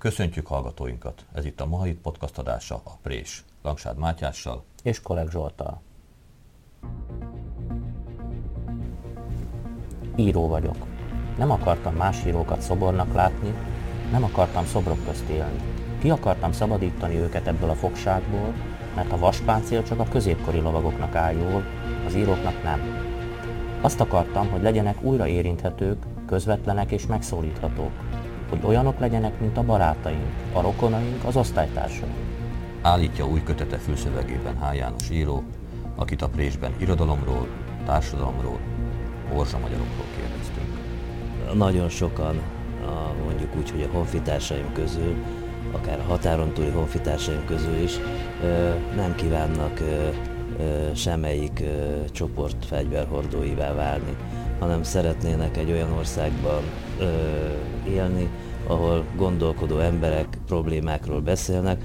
Köszöntjük hallgatóinkat! Ez itt a Mahahit podcast adása, a Prés. Langsád Mátyással és Kolek Zsolttal. Író vagyok. Nem akartam más írókat szobornak látni, nem akartam szobrok közt élni. Ki akartam szabadítani őket ebből a fogságból, mert a vaspáncél csak a középkori lovagoknak áll jól, az íróknak nem. Azt akartam, hogy legyenek újra érinthetők, közvetlenek és megszólíthatók. Hogy olyanok legyenek, mint a barátaink, a rokonaink, az osztálytársaink. Állítja új kötete fülszövegében H. János író, akit a Présben irodalomról, társadalomról, morzsamagyarokról kérdeztünk. Nagyon sokan, mondjuk úgy, hogy a honfitársaim közül, akár a határon túli honfitársaim közül is nem kívánnak semmelyik csoport fegyverhordóivá válni, hanem szeretnének egy olyan országban élni, ahol gondolkodó emberek problémákról beszélnek.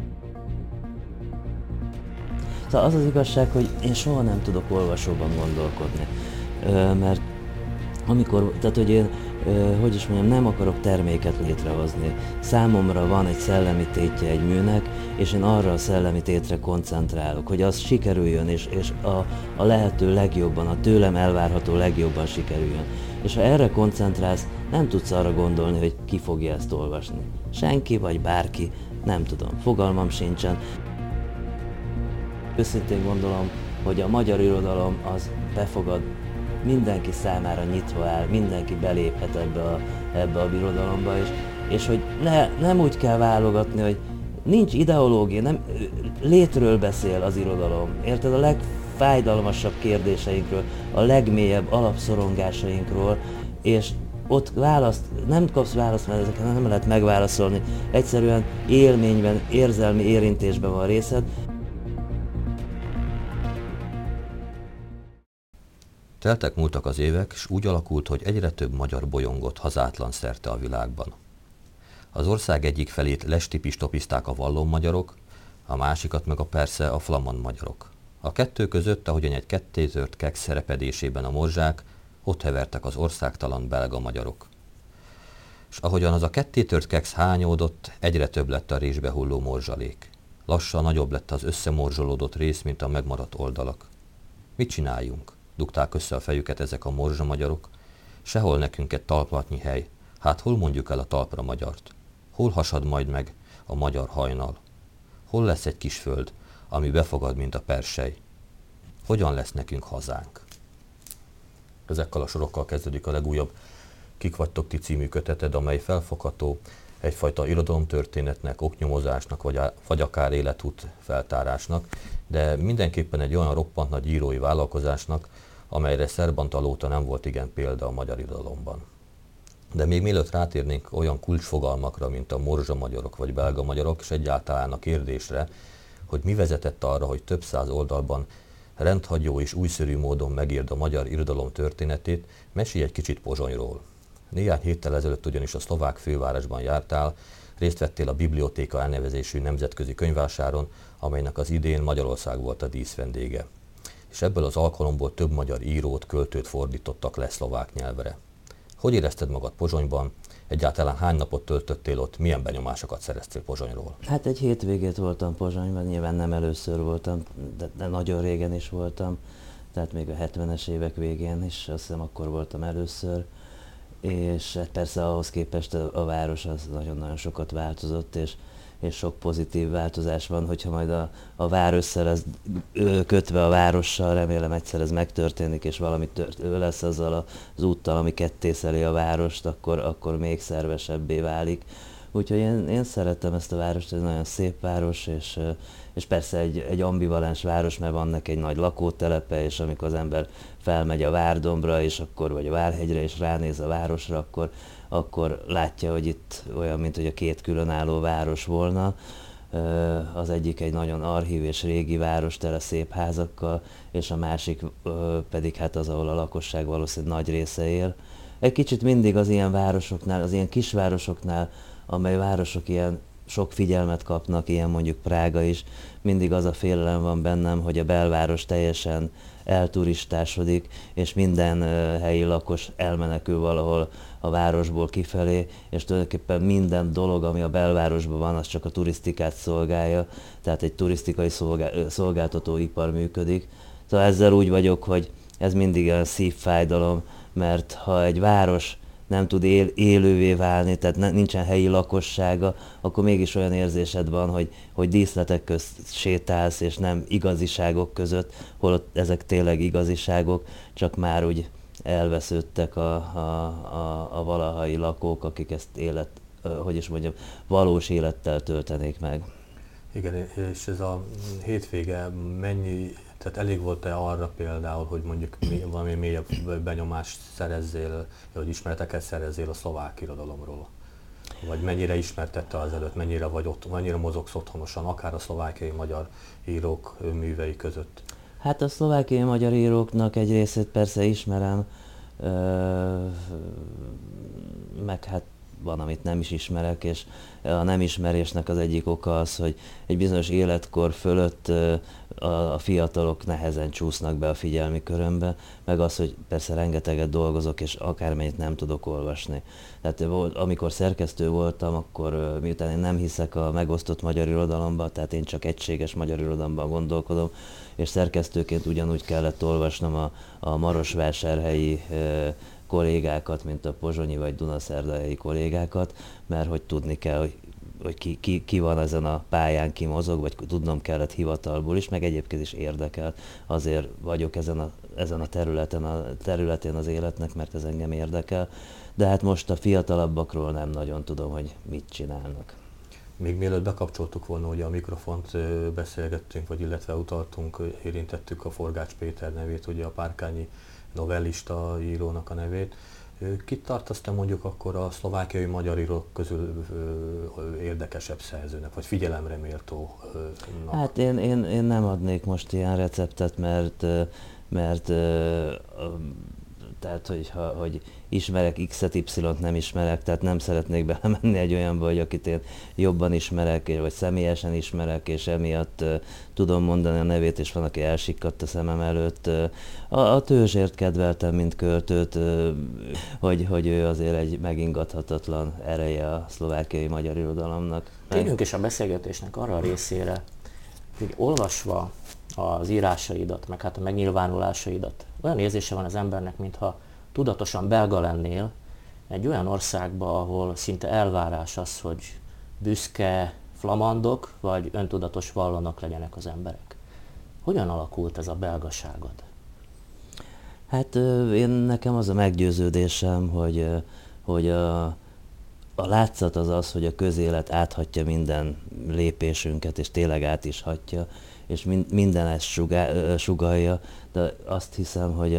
Szóval az az igazság, hogy én soha nem tudok olvasóban gondolkodni, mert amikor, tehát hogy én, hogy is mondjam, nem akarok terméket létrehozni. Számomra van egy szellemi tétje egy műnek, és én arra a szellemi tétre koncentrálok, hogy az sikerüljön, és a lehető legjobban, a tőlem elvárható legjobban sikerüljön. És ha erre koncentrálsz, nem tudsz arra gondolni, hogy ki fogja ezt olvasni. Senki vagy bárki, nem tudom, fogalmam sincsen. Őszintén gondolom, hogy a magyar irodalom az befogad, mindenki számára nyitva áll, mindenki beléphet ebbe a birodalomba, és hogy nem úgy kell válogatni, hogy nincs ideológia, nem, létről beszél az irodalom. Érted? A legfájdalmasabb kérdéseinkről, a legmélyebb alapszorongásainkról, és ott nem kapsz választ, mert ezeket nem lehet megválaszolni. Egyszerűen élményben, érzelmi érintésben van részed. Teltek múltak az évek, s úgy alakult, hogy egyre több magyar bolyongott hazátlan szerte a világban. Az ország egyik felét lestipis-topizták a vallon magyarok, a másikat meg persze a flamand magyarok. A kettő között, ahogyan egy kettétört keksz szerepedésében a morzsák, ott hevertek az országtalan belga magyarok. S ahogyan az a kettétört keksz hányódott, egyre több lett a résbe hulló morzsalék. Lassan nagyobb lett az összemorzsolódott rész, mint a megmaradt oldalak. Mit csináljunk? Dugták össze a fejüket ezek a morzsa magyarok. Sehol nekünk egy talpatnyi hely. Hát hol mondjuk el a talpra magyart? Hol hasad majd meg a magyar hajnal? Hol lesz egy kis föld, ami befogad, mint a persely? Hogyan lesz nekünk hazánk? Ezekkel a sorokkal kezdődik a legújabb Kik vagytok ti című köteted, amely felfogható egyfajta irodalomtörténetnek, oknyomozásnak, vagy akár életút feltárásnak, de mindenképpen egy olyan roppant nagy írói vállalkozásnak, amelyre Szerbantal óta nem volt igen példa a magyar irodalomban. De még mielőtt rátérnénk olyan kulcsfogalmakra, mint a morzsa magyarok vagy belga magyarok, és egyáltalán a kérdésre, hogy mi vezetett arra, hogy több száz oldalban rendhagyó és újszerű módon megírd a magyar irodalom történetét, mesélj egy kicsit Pozsonyról. Néhány héttel ezelőtt ugyanis a szlovák fővárosban jártál, részt vettél a Biblioteka elnevezésű nemzetközi könyvvásáron, amelynek az idén Magyarország volt a díszvendége. És ebből az alkalomból több magyar írót, költőt fordítottak le szlovák nyelvre. Hogy érezted magad Pozsonyban? Egyáltalán hány napot töltöttél ott? Milyen benyomásokat szereztél Pozsonyról? Hát egy hétvégét voltam Pozsonyban, nyilván nem először voltam, de nagyon régen is voltam. Tehát még a 70-es évek végén is, azt hiszem akkor voltam először. És persze ahhoz képest a város az nagyon-nagyon sokat változott, és sok pozitív változás van, hogyha majd a vár össze lesz kötve a várossal, remélem egyszer ez megtörténik, és valami lesz azzal az úttal, ami kettészeli a várost, akkor még szervesebbé válik. Úgyhogy én szeretem ezt a várost, ez nagyon szép város, és persze egy ambivalens város, mert van neki egy nagy lakótelepe, és amikor az ember felmegy a Várdombra, vagy a Várhegyre, és ránéz a városra, akkor látja, hogy itt olyan, mint hogy a két különálló város volna. Az egyik egy nagyon archív és régi város, tele szép házakkal, és a másik pedig hát az, ahol a lakosság valószínűleg nagy része él. Egy kicsit mindig az ilyen városoknál, az ilyen kisvárosoknál, amely városok ilyen sok figyelmet kapnak, ilyen mondjuk Prága is, mindig az a félelem van bennem, hogy a belváros teljesen elturistásodik, és minden helyi lakos elmenekül valahol a városból kifelé, és tulajdonképpen minden dolog, ami a belvárosban van, az csak a turisztikát szolgálja, tehát egy turisztikai szolgáltatóipar működik. Szóval ezzel úgy vagyok, hogy ez mindig olyan szívfájdalom, mert ha egy város nem tud élővé válni, tehát nincsen helyi lakossága, akkor mégis olyan érzésed van, hogy díszletek közt sétálsz, és nem igaziságok között, ezek tényleg igaziságok, csak már úgy elvesződtek a valahai lakók, akik ezt valós élettel töltenék meg. Igen, és ez a hétvége tehát elég volt-e arra például, hogy mondjuk valami mélyebb benyomást szerezzél, hogy ismereteket szerezzél a szlovák irodalomról? Vagy mennyire ismertette azelőtt, mennyire mozogsz otthonosan, akár a szlovákiai magyar írók művei között? Hát a szlovákiai magyar íróknak egy részét persze ismerem, meg hát van, amit nem is ismerek, és a nem ismerésnek az egyik oka az, hogy egy bizonyos életkor fölött a fiatalok nehezen csúsznak be a figyelmi körömbe, meg az, hogy persze rengeteget dolgozok, és akármennyit nem tudok olvasni. Tehát amikor szerkesztő voltam, akkor miután én nem hiszek a megosztott magyar irodalomba, tehát én csak egységes magyar irodalomban gondolkodom, és szerkesztőként ugyanúgy kellett olvasnom a marosvásárhelyi kollégákat, mint a pozsonyi vagy dunaszerdahelyi kollégákat, mert hogy tudni kell, hogy ki van ezen a pályán, ki mozog, vagy tudnom kellett hivatalból is, meg egyébként is érdekel. Azért vagyok ezen a területén az életnek, mert ez engem érdekel. De hát most a fiatalabbakról nem nagyon tudom, hogy mit csinálnak. Még mielőtt bekapcsoltuk volna, ugye a mikrofont beszélgettünk, vagy illetve utaltunk, érintettük a Forgács Péter nevét, ugye a párkányi novellista írónak a nevét. Kit tartasz te mondjuk akkor a szlovákiai magyar írók közül érdekesebb szerzőnek, vagy figyelemre méltónak? Hát én nem adnék most ilyen receptet, mert tehát, hogy ismerek X-et, Y-t nem ismerek, tehát nem szeretnék belemenni egy olyanba, hogy akit én jobban ismerek, vagy személyesen ismerek, és emiatt tudom mondani a nevét, és van, aki elsikkadt a szemem előtt. A Törzsért kedveltem, mint költőt, hogy ő azért egy megingathatatlan ereje a szlovákiai magyar irodalomnak. Térjünk is a beszélgetésnek arra a részére, hogy olvasva az írásaidat, meg hát a megnyilvánulásaidat, olyan érzése van az embernek, mintha tudatosan belga lennél egy olyan országba, ahol szinte elvárás az, hogy büszke flamandok, vagy öntudatos vallonok legyenek az emberek. Hogyan alakult ez a belgaságod? Hát nekem az a meggyőződésem, hogy a látszat az, hogy a közélet áthatja minden lépésünket, és tényleg át is hatja, és minden ezt sugallja, de azt hiszem, hogy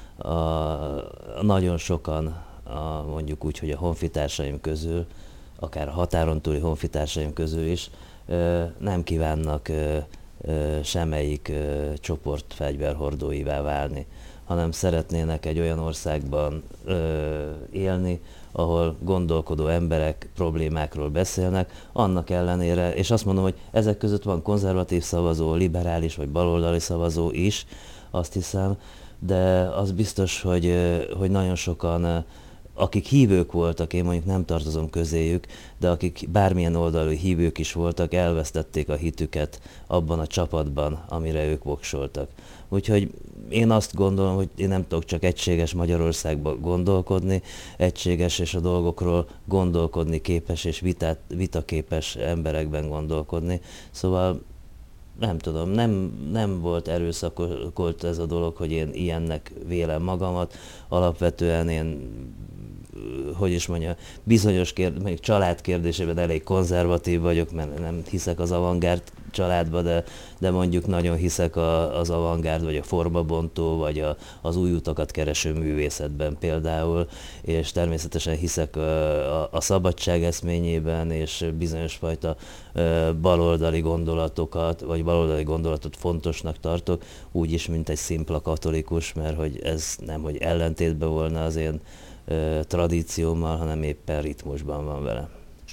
nagyon sokan, mondjuk úgy, hogy a honfitársaim közül, akár a határon túli honfitársaim közül is nem kívánnak semmelyik csoport fegyverhordóivá válni, hanem szeretnének egy olyan országban élni, ahol gondolkodó emberek problémákról beszélnek, annak ellenére, és azt mondom, hogy ezek között van konzervatív szavazó, liberális vagy baloldali szavazó is, azt hiszem, de az biztos, hogy nagyon sokan, akik hívők voltak, én mondjuk nem tartozom közéjük, de akik bármilyen oldalú hívők is voltak, elvesztették a hitüket abban a csapatban, amire ők voksoltak. Úgyhogy én azt gondolom, hogy én nem tudok csak egységes Magyarországban gondolkodni, egységes és a dolgokról gondolkodni képes és vitaképes emberekben gondolkodni. Szóval nem tudom, nem volt erőszakolt ez a dolog, hogy én ilyennek vélem magamat. Alapvetően én, hogy is mondja, bizonyos még család kérdésében elég konzervatív vagyok, mert nem hiszek az avantgárd családba, de mondjuk nagyon hiszek az avantgárd, vagy a formabontó, vagy az új utakat kereső művészetben például, és természetesen hiszek a szabadság eszményében, és bizonyos fajta baloldali gondolatokat, vagy baloldali gondolatot fontosnak tartok, úgyis, mint egy szimpla katolikus, mert hogy ez nem, hogy ellentétben volna az én tradíciómmal, hanem éppen ritmusban van vele.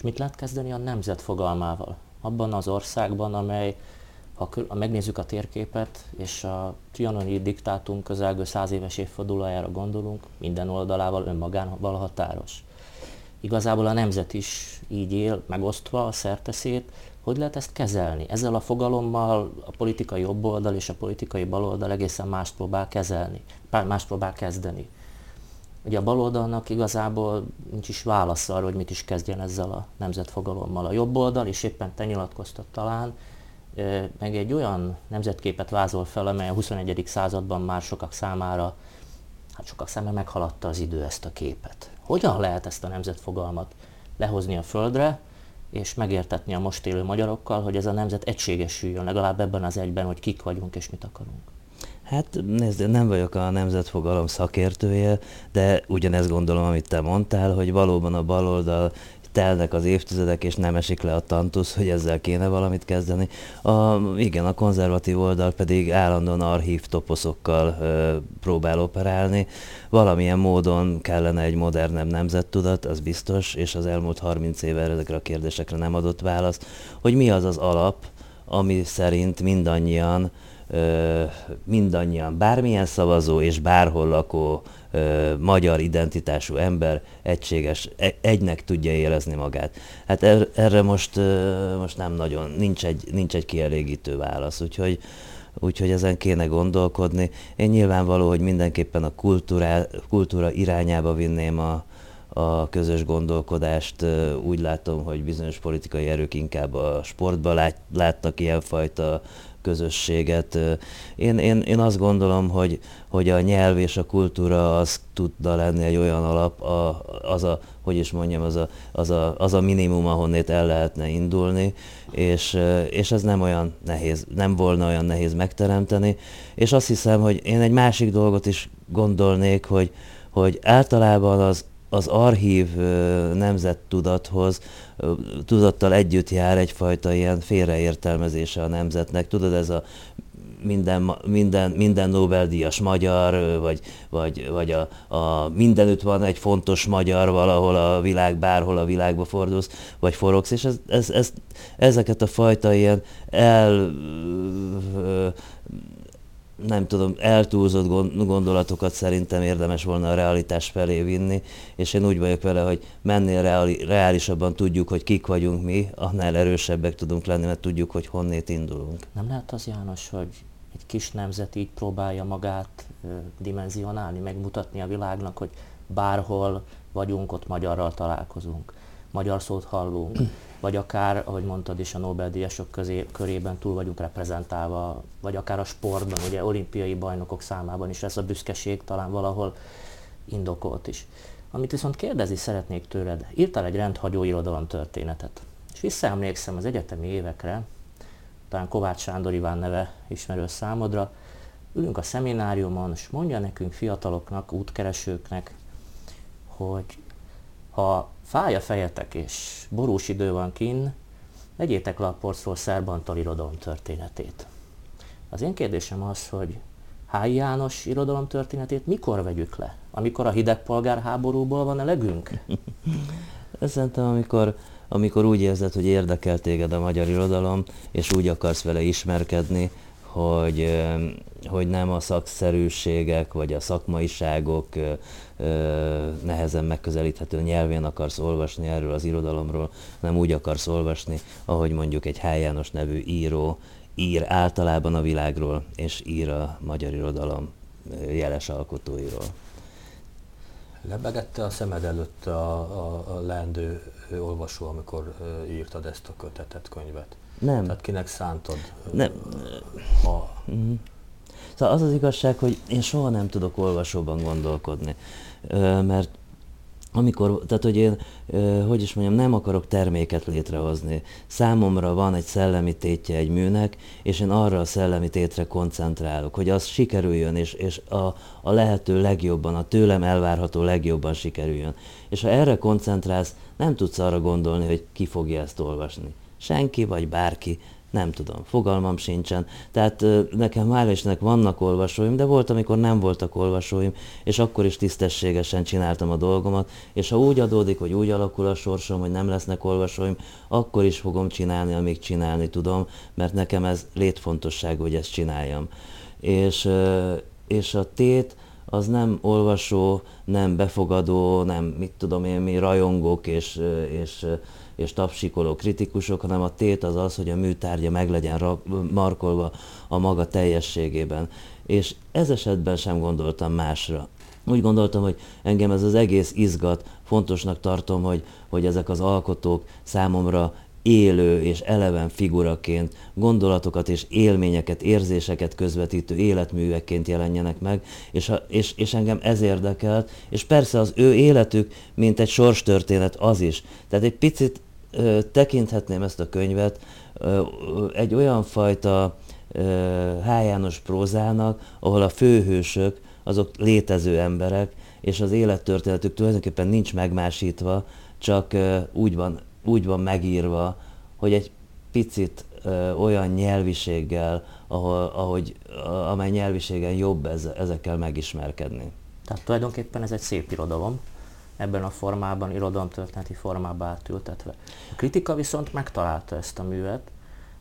És mit lehet kezdeni a nemzet fogalmával? Abban az országban, amely, ha megnézzük a térképet, és a trianoni diktátum közelgő 100 éves évfordulójára gondolunk, minden oldalával önmagával határos. Igazából a nemzet is így él, megosztva a szerteszét. Hogy lehet ezt kezelni? Ezzel a fogalommal a politikai jobboldal és a politikai baloldal egészen mást próbál kezelni, mást próbál kezdeni. Ugye a baloldalnak igazából nincs is válasz arra, hogy mit is kezdjen ezzel a nemzetfogalommal. A jobboldal, és éppen te nyilatkoztat talán, meg egy olyan nemzetképet vázol fel, amely a 21. században már sokak számára meghaladta az idő ezt a képet. Hogyan lehet ezt a nemzetfogalmat lehozni a földre, és megértetni a most élő magyarokkal, hogy ez a nemzet egységesüljön, legalább ebben az egyben, hogy kik vagyunk és mit akarunk? Hát nézd, nem vagyok a nemzetfogalom szakértője, de ugyanezt gondolom, amit te mondtál, hogy valóban a baloldal telnek az évtizedek, és nem esik le a tantusz, hogy ezzel kéne valamit kezdeni. Igen, a konzervatív oldal pedig állandóan archív toposzokkal próbál operálni. Valamilyen módon kellene egy modernebb nemzettudat, az biztos, és az elmúlt 30 évvel ezekre a kérdésekre nem adott választ, hogy mi az az alap, ami szerint mindannyian, bármilyen szavazó és bárhol lakó magyar identitású ember egységes, egynek tudja érezni magát. Hát erre most nem nagyon, nincs egy kielégítő válasz, úgyhogy ezen kéne gondolkodni. Én nyilvánvaló, hogy mindenképpen a kultúra irányába vinném a közös gondolkodást. Úgy látom, hogy bizonyos politikai erők inkább a sportban látnak ilyenfajta közösséget. Én azt gondolom, hogy a nyelv és a kultúra az tudna lenni egy olyan alap, az a minimum, ahonnét el lehetne indulni, és ez nem volna olyan nehéz megteremteni. És azt hiszem, hogy én egy másik dolgot is gondolnék, hogy általában az archív tudattal együtt jár egyfajta ilyen félreértelmezése a nemzetnek. Tudod, ez a minden Nobel-díjas magyar, vagy a mindenütt van egy fontos magyar valahol a világ, bárhol a világba fordulsz, vagy forogsz, és ezeket a fajta ilyen eltúlzott gondolatokat szerintem érdemes volna a realitás felé vinni, és én úgy vagyok vele, hogy mennél reálisabban tudjuk, hogy kik vagyunk mi, annál erősebbek tudunk lenni, mert tudjuk, hogy honnét indulunk. Nem lehet az, János, hogy egy kis nemzet így próbálja magát dimenzionálni, megmutatni a világnak, hogy bárhol vagyunk, ott magyarral találkozunk, magyar szót hallunk, vagy akár, ahogy mondtad is, a Nobel-díjasok körében túl vagyunk reprezentálva, vagy akár a sportban, ugye olimpiai bajnokok számában is ez a büszkeség talán valahol indokolt is. Amit viszont kérdezni szeretnék tőled, írtál egy rendhagyó irodalomtörténetet, és visszaemlékszem az egyetemi évekre, talán Kovács Sándor Iván neve ismerő számodra, ülünk a szemináriumon, és mondja nekünk fiataloknak, útkeresőknek, hogy ha fáj a fejetek és borús idő van kinn, vegyétek le a polcról Szerb Antal irodalomtörténetét. Az én kérdésem az, hogy Hályi János irodalomtörténetét mikor vegyük le? Amikor a hideg polgárháborúból van elegünk? Szerintem, amikor úgy érzed, hogy érdekel téged a magyar irodalom, és úgy akarsz vele ismerkedni, hogy nem a szakszerűségek vagy a szakmaiságok nehezen megközelíthető nyelvén akarsz olvasni erről az irodalomról, hanem úgy akarsz olvasni, ahogy mondjuk egy H. János nevű író ír általában a világról, és ír a magyar irodalom jeles alkotóiról. Lebegette a szemed előtt a leendő olvasó, amikor írtad ezt a kötetet, könyvet? Nem. Tehát kinek szántad? Nem. Szóval az az igazság, hogy én soha nem tudok olvasóban gondolkodni, mert hogy én, nem akarok terméket létrehozni. Számomra van egy szellemi tétje egy műnek, és én arra a szellemi tétre koncentrálok, hogy az sikerüljön, és a lehető legjobban, a tőlem elvárható legjobban sikerüljön. És ha erre koncentrálsz, nem tudsz arra gondolni, hogy ki fogja ezt olvasni. Senki vagy bárki, Nem tudom, fogalmam sincsen. Tehát nekem hál' Istennek vannak olvasóim, de volt, amikor nem voltak olvasóim, és akkor is tisztességesen csináltam a dolgomat, és ha úgy adódik, hogy úgy alakul a sorsom, hogy nem lesznek olvasóim, akkor is fogom csinálni, amíg csinálni tudom, mert nekem ez létfontosságú, hogy ezt csináljam. És a tét az nem olvasó, nem befogadó, nem mit tudom én, mi rajongók és tapsikoló kritikusok, hanem a tét az az, hogy a műtárgya meg legyen markolva a maga teljességében. És ez esetben sem gondoltam másra. Úgy gondoltam, hogy engem ez az egész izgat, fontosnak tartom, hogy ezek az alkotók számomra élő és eleven figuraként, gondolatokat és élményeket, érzéseket közvetítő életművekként jelenjenek meg, és engem ez érdekelt, és persze az ő életük, mint egy sorstörténet az is. Tehát egy picit tekinthetném ezt a könyvet egy olyan fajta H. János prózának, ahol a főhősök azok létező emberek, és az élettörténetük tulajdonképpen nincs megmásítva, csak úgy van megírva, hogy egy picit olyan nyelviséggel, amely nyelviségen jobb ezekkel megismerkedni. Tehát tulajdonképpen ez egy szép irodalom, ebben a formában, irodalomtörténeti formában átültetve. A kritika viszont megtalálta ezt a művet,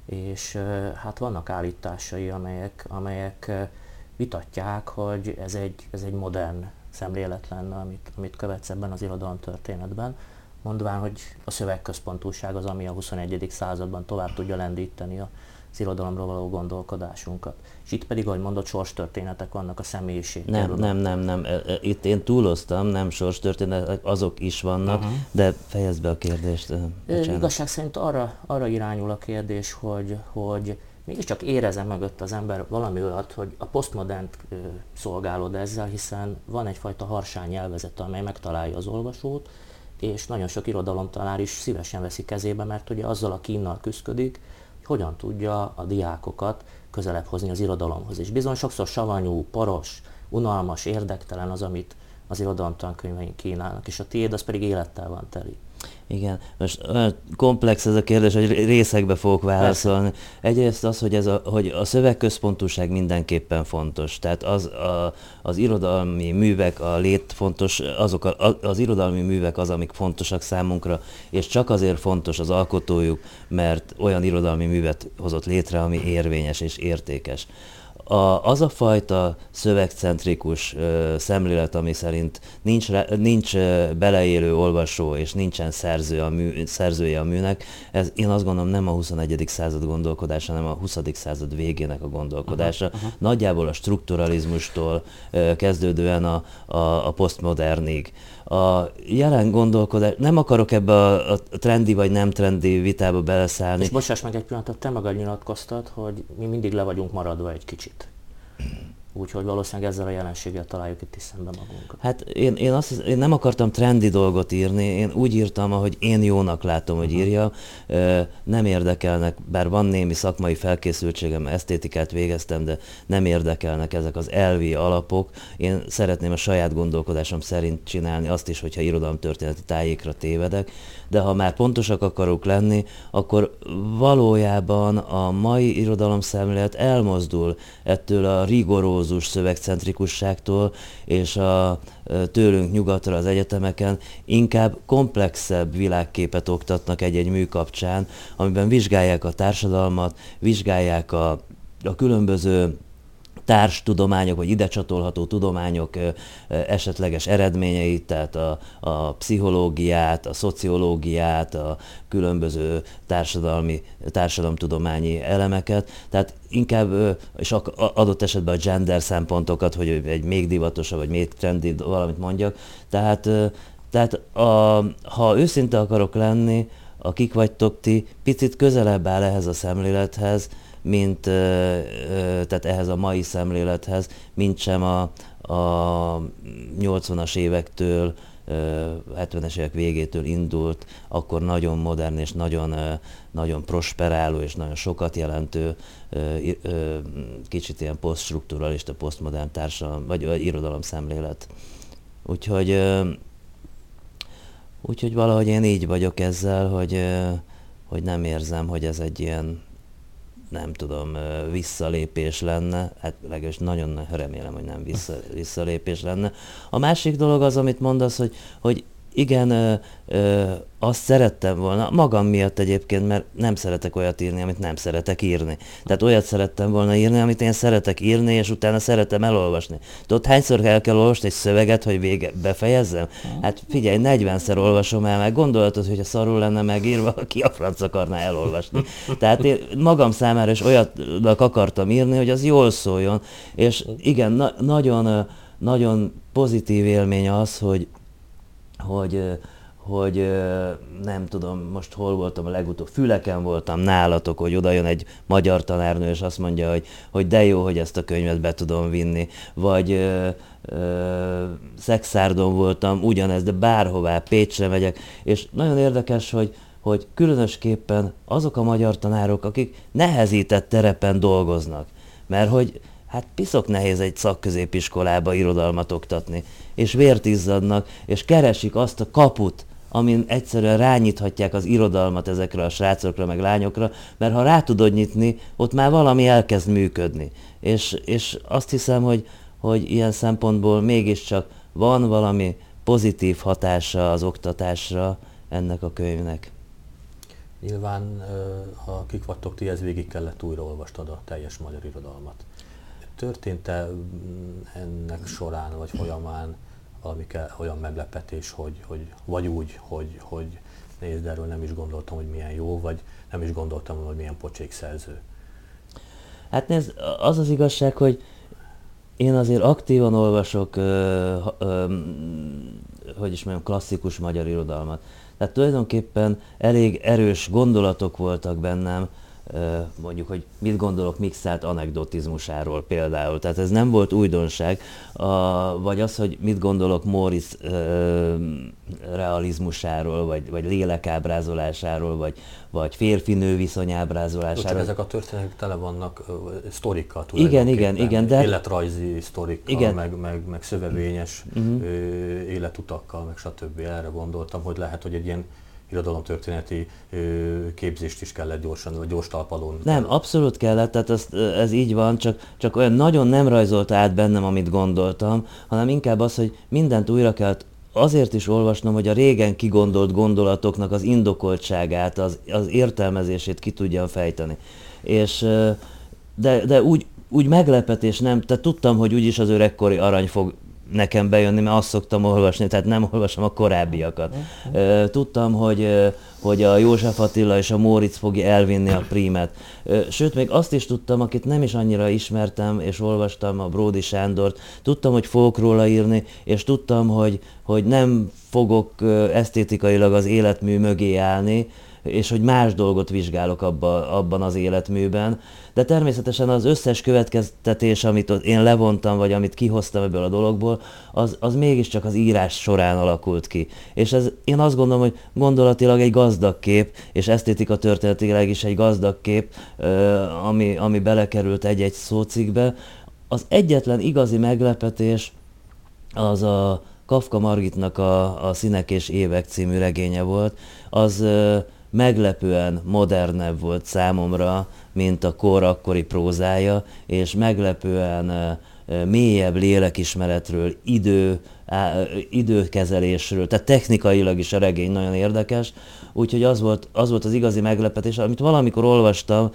és hát vannak állításai, amelyek vitatják, hogy ez egy modern szemlélet lenne, amit követsz ebben az irodalomtörténetben, mondván, hogy a szövegközpontúság az, ami a 21. században tovább tudja lendíteni az irodalomról való gondolkodásunkat. És itt pedig, ahogy mondott, sorstörténetek vannak a személyiségről. Nem. Itt én túloztam, nem sorstörténetek, azok is vannak, de fejezd be a kérdést. Igazság szerint arra irányul a kérdés, hogy mégiscsak érezze mögött az ember valami olyat, hogy a posztmodernt szolgálod ezzel, hiszen van egyfajta harsány nyelvezet, amely megtalálja az olvasót, és nagyon sok irodalomtanár is szívesen veszi kezébe, mert ugye azzal a kínnal küszködik, hogy hogyan tudja a diákokat közelebb hozni az irodalomhoz. És bizony sokszor savanyú, poros, unalmas, érdektelen az, amit az irodalomtankönyveink kínálnak, és a tiéd az pedig élettel van teli. Igen, most olyan komplex ez a kérdés, hogy részekbe fogok válaszolni. Egyrészt az, hogy a szövegközpontúság mindenképpen fontos. Tehát az irodalmi művek a létfontos, az irodalmi művek az, amik fontosak számunkra, és csak azért fontos az alkotójuk, mert olyan irodalmi művet hozott létre, ami érvényes és értékes. Az a fajta szövegcentrikus szemlélet, ami szerint nincs beleélő olvasó és nincsen szerzője a műnek, ez én azt gondolom nem a 21. század gondolkodása, hanem a 20. század végének a gondolkodása. Nagyjából a strukturalizmustól kezdődően a posztmodernig. A jelen gondolkodás, nem akarok ebbe a trendi vagy nem trendi vitába beleszállni. És bocsáss meg egy pillanatot, te magad nyilatkoztad, hogy mi mindig le vagyunk maradva egy kicsit. Úgyhogy valószínűleg ezzel a jelenséggel találjuk itt is szembe magunkat. Hát én nem akartam trendi dolgot írni, én úgy írtam, ahogy én jónak látom, hogy írja. Nem érdekelnek, bár van némi szakmai felkészültségem, esztétikát végeztem, de nem érdekelnek ezek az elvi alapok. Én szeretném a saját gondolkodásom szerint csinálni azt is, hogyha irodalomtörténeti tájékra tévedek, de ha már pontosak akarok lenni, akkor valójában a mai irodalomszemlélet elmozdul ettől a rigorózus szövegcentrikusságtól, és a tőlünk nyugatra az egyetemeken inkább komplexebb világképet oktatnak egy-egy mű kapcsán, amiben vizsgálják a társadalmat, vizsgálják a különböző társtudományok, vagy ide csatolható tudományok esetleges eredményeit, tehát a pszichológiát, a szociológiát, a különböző társadalomtudományi elemeket, tehát inkább, és adott esetben a gender szempontokat, hogy egy még divatosabb, vagy még trendi valamit mondjak. Tehát ha őszinte akarok lenni, akik vagytok ti, picit közelebb áll ehhez a szemlélethez, tehát ehhez a mai szemlélethez, mint sem a 80-as évektől, 70-es évek végétől indult, akkor nagyon modern és nagyon prosperáló és nagyon sokat jelentő, kicsit ilyen posztstrukturalista, posztmodern társadalom, vagy irodalom szemlélet. Úgyhogy valahogy én így vagyok ezzel, hogy nem érzem, hogy ez egy ilyen nem tudom, visszalépés lenne, hát legalábbis nagyon remélem, hogy nem visszalépés lenne. A másik dolog az, amit mondasz, hogy igen, azt szerettem volna, magam miatt egyébként, mert nem szeretek olyat írni, amit nem szeretek írni. Tehát olyat szerettem volna írni, amit én szeretek írni, és utána szeretem elolvasni. Tudod, hányszor el kell olvasni egy szöveget, hogy befejezzem? Hát figyelj, 40-szer olvasom el, meg gondolatod, hogy a szarul lenne megírva, ki a franc akarná elolvasni. Tehát én magam számára is olyatnak akartam írni, hogy az jól szóljon, és igen, nagyon pozitív élmény az, hogy nem tudom, most hol voltam a legutóbb, Füleken voltam nálatok, hogy oda jön egy magyar tanárnő, és azt mondja, hogy de jó, hogy ezt a könyvet be tudom vinni, vagy Szexárdon voltam, ugyanez, de bárhová, Pécsre megyek, és nagyon érdekes, hogy különösképpen azok a magyar tanárok, akik nehezített terepen dolgoznak, mert hogy hát piszok nehéz egy szakközépiskolába irodalmat oktatni, és vért izzadnak, és keresik azt a kaput, amin egyszerűen rányithatják az irodalmat ezekre a srácokra, meg lányokra, mert ha rá tudod nyitni, ott már valami elkezd működni. És azt hiszem, hogy ilyen szempontból mégiscsak van valami pozitív hatása az oktatásra ennek a könyvnek. Nyilván, ha kik vagytok ti, ez végig kellett újraolvastad a teljes magyar irodalmat. Történt-e ennek során vagy folyamán valami olyan meglepetés, vagy úgy, hogy nézd, erről nem is gondoltam, hogy milyen jó, vagy nem is gondoltam, hogy milyen pocsék szerző? Hát nézd, az az igazság, hogy én azért aktívan olvasok, hogy is mondjam, klasszikus magyar irodalmat. Tehát tulajdonképpen elég erős gondolatok voltak bennem, mondjuk, hogy mit gondolok mixált anekdotizmusáról például. Tehát ez nem volt újdonság, vagy az, hogy mit gondolok Móricz realizmusáról, vagy lélekábrázolásáról, vagy férfi-nő viszonyábrázolásáról. Csak ezek a történetek tele vannak sztorikkal tulajdonképpen. Igen, de... Életrajzi sztorikkal, meg szövevényes életutakkal, meg stb. Erre gondoltam, hogy lehet, hogy egy ilyen irodalomtörténeti képzést is kellett gyorsan, vagy gyors talpalón. Nem, abszolút kellett, tehát ez így van, csak olyan nagyon nem rajzolta át bennem, amit gondoltam, hanem inkább az, hogy mindent újra kellett azért is olvasnom, hogy a régen kigondolt gondolatoknak az indokoltságát, az értelmezését ki tudjam fejteni. És, de úgy meglepetés nem, tehát tudtam, hogy úgyis az öregkori arany fog nekem bejönni, mert azt szoktam olvasni, tehát nem olvasom a korábbiakat. Tudtam, hogy a József Attila és a Móricz fogja elvinni a prímet. Sőt, még azt is tudtam, akit nem is annyira ismertem, és olvastam, a Bródy Sándort, tudtam, hogy fogok róla írni, és tudtam, hogy nem fogok esztétikailag az életmű mögé állni, és hogy más dolgot vizsgálok abban az életműben. De természetesen az összes következtetés, amit én levontam, vagy amit kihoztam ebből a dologból, az mégiscsak az írás során alakult ki. És ez, én azt gondolom, hogy gondolatilag egy gazdag kép, és esztétika történetileg is egy gazdag kép, ami belekerült egy-egy szócikkbe. Az egyetlen igazi meglepetés az a Kafka Margitnak a Színek és évek című regénye volt. Az meglepően modernebb volt számomra, mint a kor akkori prózája, és meglepően mélyebb lélekismeretről, időkezelésről, tehát technikailag is a regény nagyon érdekes, úgyhogy az volt az igazi meglepetés, amit valamikor olvastam,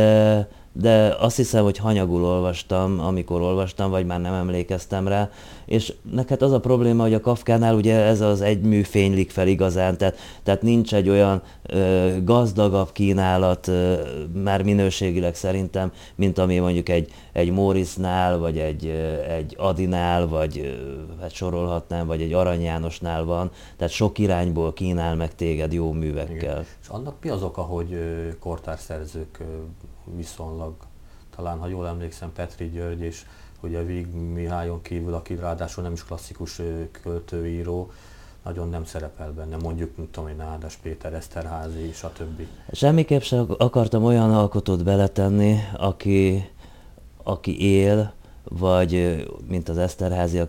de azt hiszem, hogy hanyagul olvastam, amikor olvastam, vagy már nem emlékeztem rá, és neked az a probléma, hogy a Kafkánál ugye ez az egymű fénylik fel igazán, tehát nincs egy olyan gazdagabb kínálat, már minőségileg szerintem, mint ami mondjuk egy Móricsnál, vagy egy Adinál, vagy hát sorolhatnám, vagy egy Arany Jánosnál van, tehát sok irányból kínál meg téged jó művekkel. Igen. És annak mi az oka, hogy kortárszerzők viszonylag, talán ha jól emlékszem, Petri György és ugye Víg Mihályon kívül, aki ráadásul nem is klasszikus költőíró, nagyon nem szerepel benne, mondjuk, mint tudom én, Nádas Péter, Eszterházy, stb. Semmiképp sem akartam olyan alkotót beletenni, aki él, vagy mint az Eszterházy,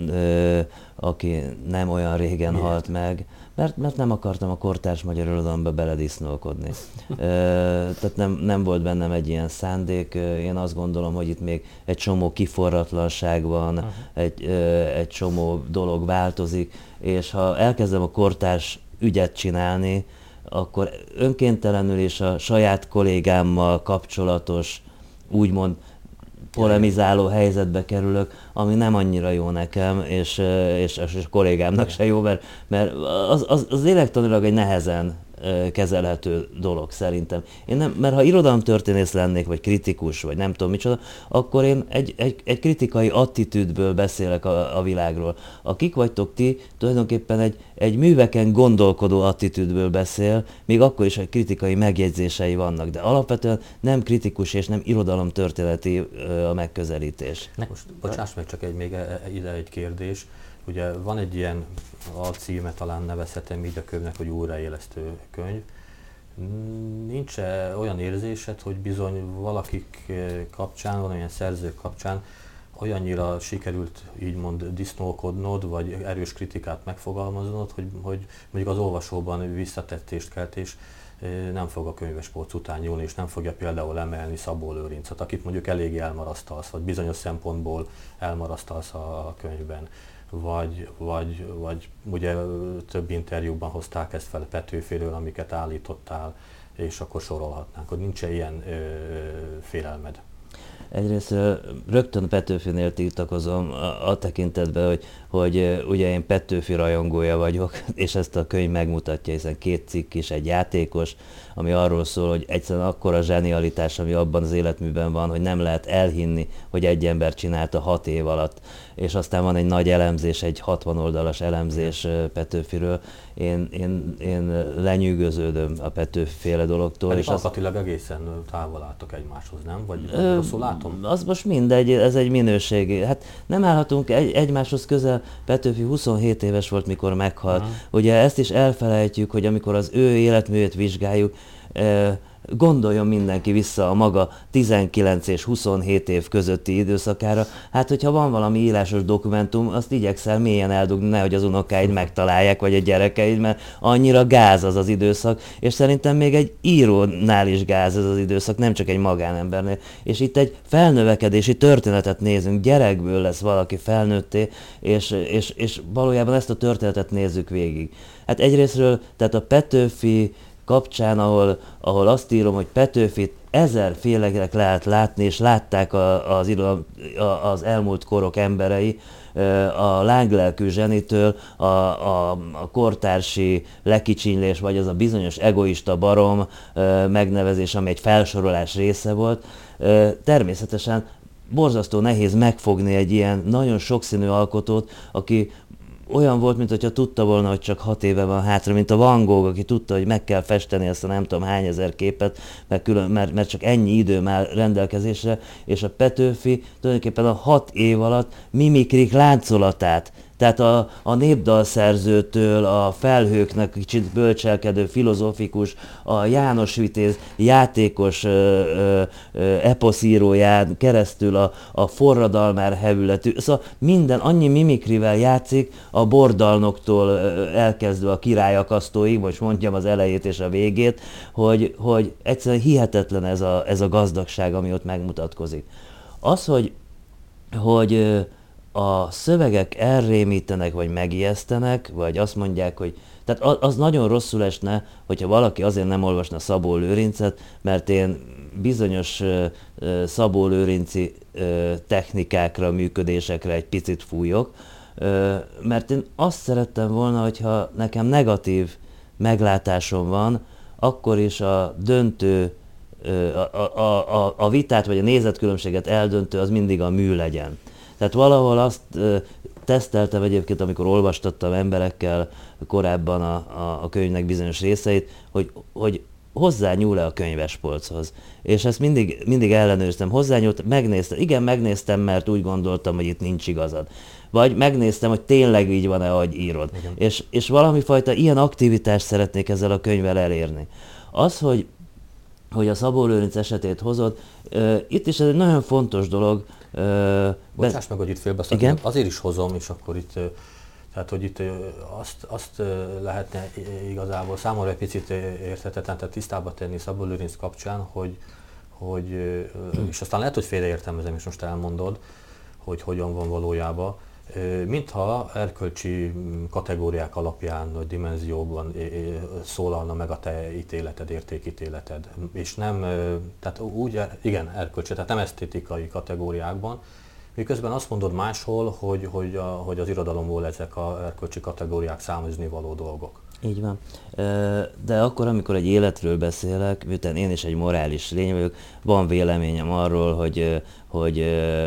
aki nem olyan régen halt meg, mert nem akartam a kortárs magyar irodalomba beledisznókodni. Tehát nem volt bennem egy ilyen szándék. Én azt gondolom, hogy itt még egy csomó kiforratlanság van, egy csomó dolog változik, és ha elkezdem a kortárs ügyet csinálni, akkor önkéntelenül és a saját kollégámmal kapcsolatos, úgymond polemizáló helyzetbe kerülök, ami nem annyira jó nekem, és a kollégámnak se jó, mert az lélektanilag egy nehezen kezelhető dolog szerintem. Mert ha irodalomtörténész lennék, vagy kritikus, vagy nem tudom micsoda, akkor én egy kritikai attitűdből beszélek a világról. Akik vagytok ti, tulajdonképpen egy műveken gondolkodó attitűdből beszél, még akkor is, hogy kritikai megjegyzései vannak, de alapvetően nem kritikus és nem irodalomtörténeti a megközelítés. Most bocsáss meg, csak ide egy kérdés. Ugye van egy ilyen alcíme, talán nevezhetem így a könyvnek, hogy újraélesztő könyv. Nincs olyan érzésed, hogy bizony valakik kapcsán, van olyan szerzők kapcsán olyannyira sikerült úgymond disznókodnod, vagy erős kritikát megfogalmaznod, hogy mondjuk az olvasóban visszatettést kelt, és nem fog a könyvespolc után nyúlni, és nem fogja például emelni Szabó Lőrincet, akit mondjuk eléggé elmarasztalsz, vagy bizonyos szempontból elmarasztalsz a könyvben. Vagy ugye több interjúban hozták ezt fel Petőfiről, amiket állítottál, és akkor sorolhatnánk, hogy nincs ilyen félelmed. Egyrészt rögtön Petőfinél tiltakozom a tekintetben, hogy ugye én Petőfi rajongója vagyok, és ezt a könyv megmutatja, hiszen 2 cikk is, egy játékos, ami arról szól, hogy egyszerűen akkora zsenialitás, ami abban az életműben van, hogy nem lehet elhinni, hogy egy ember csinálta 6 év alatt. És aztán van egy nagy elemzés, egy 60 oldalas elemzés Petőfiről. Én lenyűgöződöm a Petőfi-féle dologtól. Pedig alkatilag egészen távol álltok egymáshoz, nem? Vagy rosszul látom? Az most mindegy, ez egy minőségi. Hát nem állhatunk egymáshoz közel. Petőfi 27 éves volt, mikor meghalt. Ugye ezt is elfelejtjük, hogy amikor az ő életművét vizsgáljuk, gondoljon mindenki vissza a maga 19 és 27 év közötti időszakára. Hát, hogyha van valami írásos dokumentum, azt igyekszel mélyen eldugni, nehogy az unokáid megtalálják, vagy a gyerekeid, mert annyira gáz az időszak, és szerintem még egy írónál is gáz ez az időszak, nem csak egy magánembernél. És itt egy felnövekedési történetet nézünk, gyerekből lesz valaki felnőtté, és valójában ezt a történetet nézzük végig. Hát egyrésztről, tehát a Petőfi kapcsán, ahol azt írom, hogy Petőfit 1000 félenek lehet látni, és látták az elmúlt korok emberei, a lánglelkű zsenitől a kortársi lekicsinylés, vagy az a bizonyos egoista barom megnevezés, ami egy felsorolás része volt. Természetesen borzasztó nehéz megfogni egy ilyen nagyon sokszínű alkotót, aki olyan volt, mintha tudta volna, hogy csak 6 éve van hátra, mint a Van Gogh, aki tudta, hogy meg kell festeni ezt a nem tudom hány ezer képet, mert csak ennyi idő áll rendelkezésre, és a Petőfi tulajdonképpen a 6 év alatt mimikrik láncolatát, tehát a népdalszerzőtől, a felhőknek kicsit bölcselkedő, filozófikus, a János Vitéz játékos eposzíróján keresztül a forradalmár hevületű, szóval minden annyi mimikrivel játszik, a bordalnoktól elkezdve a királyakasztóig, most mondjam az elejét és a végét, hogy egyszerűen hihetetlen ez a gazdagság, ami ott megmutatkozik. Az, hogy a szövegek elrémítenek, vagy megijesztenek, vagy azt mondják, hogy... Tehát az nagyon rosszul esne, hogyha valaki azért nem olvasna Szabó Lőrincet, mert én bizonyos Szabó Lőrinci technikákra, működésekre egy picit fújok, mert én azt szerettem volna, hogyha nekem negatív meglátásom van, akkor is a döntő, a vitát vagy a nézetkülönbséget eldöntő az mindig a mű legyen. Tehát valahol azt teszteltem egyébként, amikor olvastattam emberekkel korábban a könyvnek bizonyos részeit, hogy hozzányúl-e a könyvespolchoz. És ezt mindig ellenőriztem, hozzányúlt, megnéztem, igen, megnéztem, mert úgy gondoltam, hogy itt nincs igazad. Vagy megnéztem, hogy tényleg így van-e, ahogy írod. És valami fajta ilyen aktivitást szeretnék ezzel a könyvvel elérni. Az, hogy a Szabó Lőrinc esetét hozod, Itt is ez egy nagyon fontos dolog. Bocsáss meg, hogy itt félbeszakítok, azért is hozom, és akkor itt, tehát hogy itt azt lehetne igazából számomra egy picit érthetetlen, tehát tisztába tenni Szabó Lőrinc kapcsán, hogy és aztán lehet, hogy félreértelmezem, és most elmondod, hogy hogyan van valójában, mintha erkölcsi kategóriák alapján, vagy dimenzióban szólalna meg a te ítéleted, értékítéleted, és nem, tehát úgy, igen, erkölcsi, tehát nem esztétikai kategóriákban, miközben azt mondod máshol, hogy az irodalomból ezek az erkölcsi kategóriák számozni való dolgok. Így van. De akkor, amikor egy életről beszélek, miután én is egy morális lény vagyok, van véleményem arról, hogy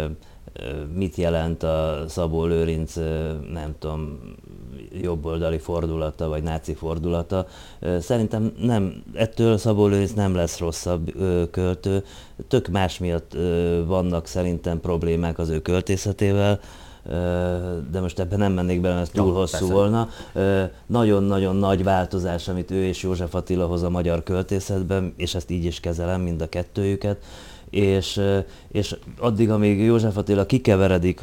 mit jelent a Szabó Lőrinc, nem tudom, jobboldali fordulata, vagy náci fordulata. Szerintem nem, ettől Szabó Lőrinc nem lesz rosszabb költő. Tök más miatt vannak szerintem problémák az ő költészetével, de most ebben nem mennék bele, ez túl hosszú persze volna. Nagyon-nagyon nagy változás, amit ő és József Attila hoz a magyar költészetben, és ezt így is kezelem, mind a kettőjüket. És addig, amíg József Attila kikeveredik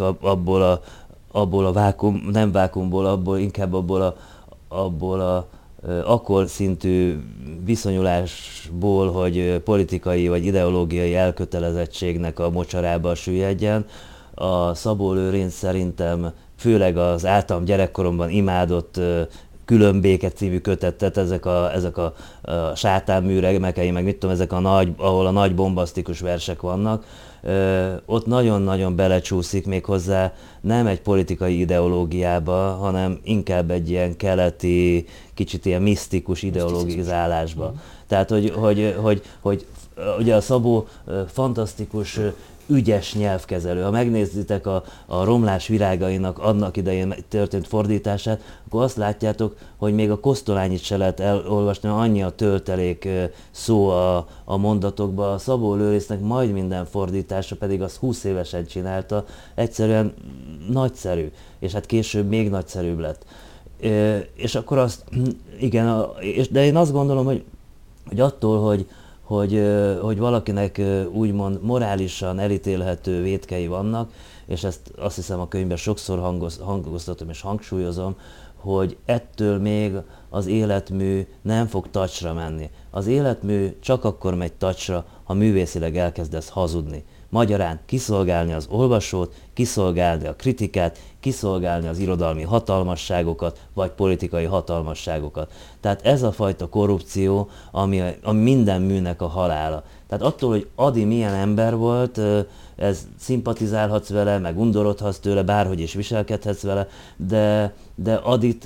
abból a vákum, nem vákumból, inkább abból a akkor szintű viszonyulásból, hogy politikai vagy ideológiai elkötelezettségnek a mocsarába süllyedjen, a Szabó Lőrinc szerintem főleg az általam gyerekkoromban imádott Különbéke című kötetet, ezek a sátánműremekei, meg mit tudom, ahol a nagy bombasztikus versek vannak, ott nagyon-nagyon belecsúszik méghozzá nem egy politikai ideológiába, hanem inkább egy ilyen keleti, kicsit ilyen misztikus ideologizálásba. Tehát, hogy ugye a Szabó fantasztikus, ügyes nyelvkezelő. Ha megnézitek a Romlás virágainak annak idején történt fordítását, akkor azt látjátok, hogy még a Kosztolányit se lehet elolvasni, annyi a töltelék szó a mondatokban. A Szabó Lőrincnek majd minden fordítása, pedig azt 20 évesen csinálta, egyszerűen nagyszerű, és hát később még nagyszerűbb lett. És akkor azt, igen, de én azt gondolom, hogy attól, hogy valakinek úgymond morálisan elítélhető vétkei vannak, és ezt azt hiszem a könyvben sokszor hangoztatom és hangsúlyozom, hogy ettől még az életmű nem fog tacsra menni. Az életmű csak akkor megy tacsra, ha művészileg elkezdesz hazudni. Magyarán kiszolgálni az olvasót, kiszolgálni a kritikát, kiszolgálni az irodalmi hatalmasságokat, vagy politikai hatalmasságokat. Tehát ez a fajta korrupció, ami minden műnek a halála. Tehát attól, hogy Ady milyen ember volt, ez szimpatizálhatsz vele, meg undorodhatsz tőle, bárhogy is viselkedhetsz vele, de Adyt